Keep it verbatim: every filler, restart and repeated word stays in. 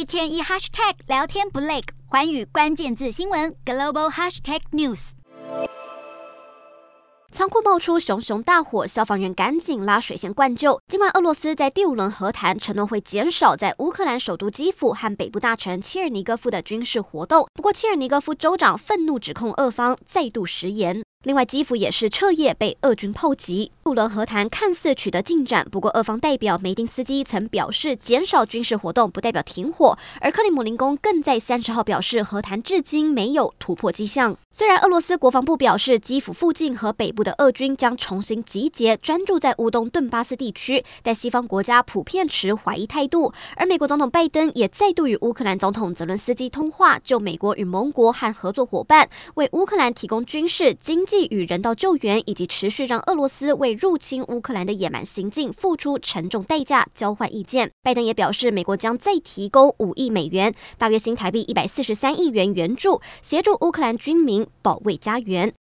天一 hashtag 聊天不累，寰宇关键字新闻 global hashtag news。 仓库冒出熊熊大火，消防员赶紧拉水线灌救。尽管俄罗斯在第五轮和谈承诺会减少在乌克兰首都基辅和北部大城切尔尼戈夫的军事活动，不过切尔尼戈夫州长愤怒指控俄方再度食言。另外，基辅也是彻夜被俄军炮击。第五轮和谈看似取得进展，不过俄方代表梅丁斯基曾表示，减少军事活动不代表停火。而克里姆林宫更在三十号表示，和谈至今没有突破迹象。虽然俄罗斯国防部表示，基辅附近和北部的俄军将重新集结，专注在乌东顿巴斯地区，但西方国家普遍持怀疑态度。而美国总统拜登也再度与乌克兰总统泽伦斯基通话，就美国与盟国和合作伙伴为乌克兰提供军事、经济与人道救援，以及持续让俄罗斯为入侵乌克兰的野蛮行径付出沉重代价交换意见。拜登也表示，美国将再提供五亿美元，大约新台币一百四十三亿元援助，协助乌克兰军民保卫家园。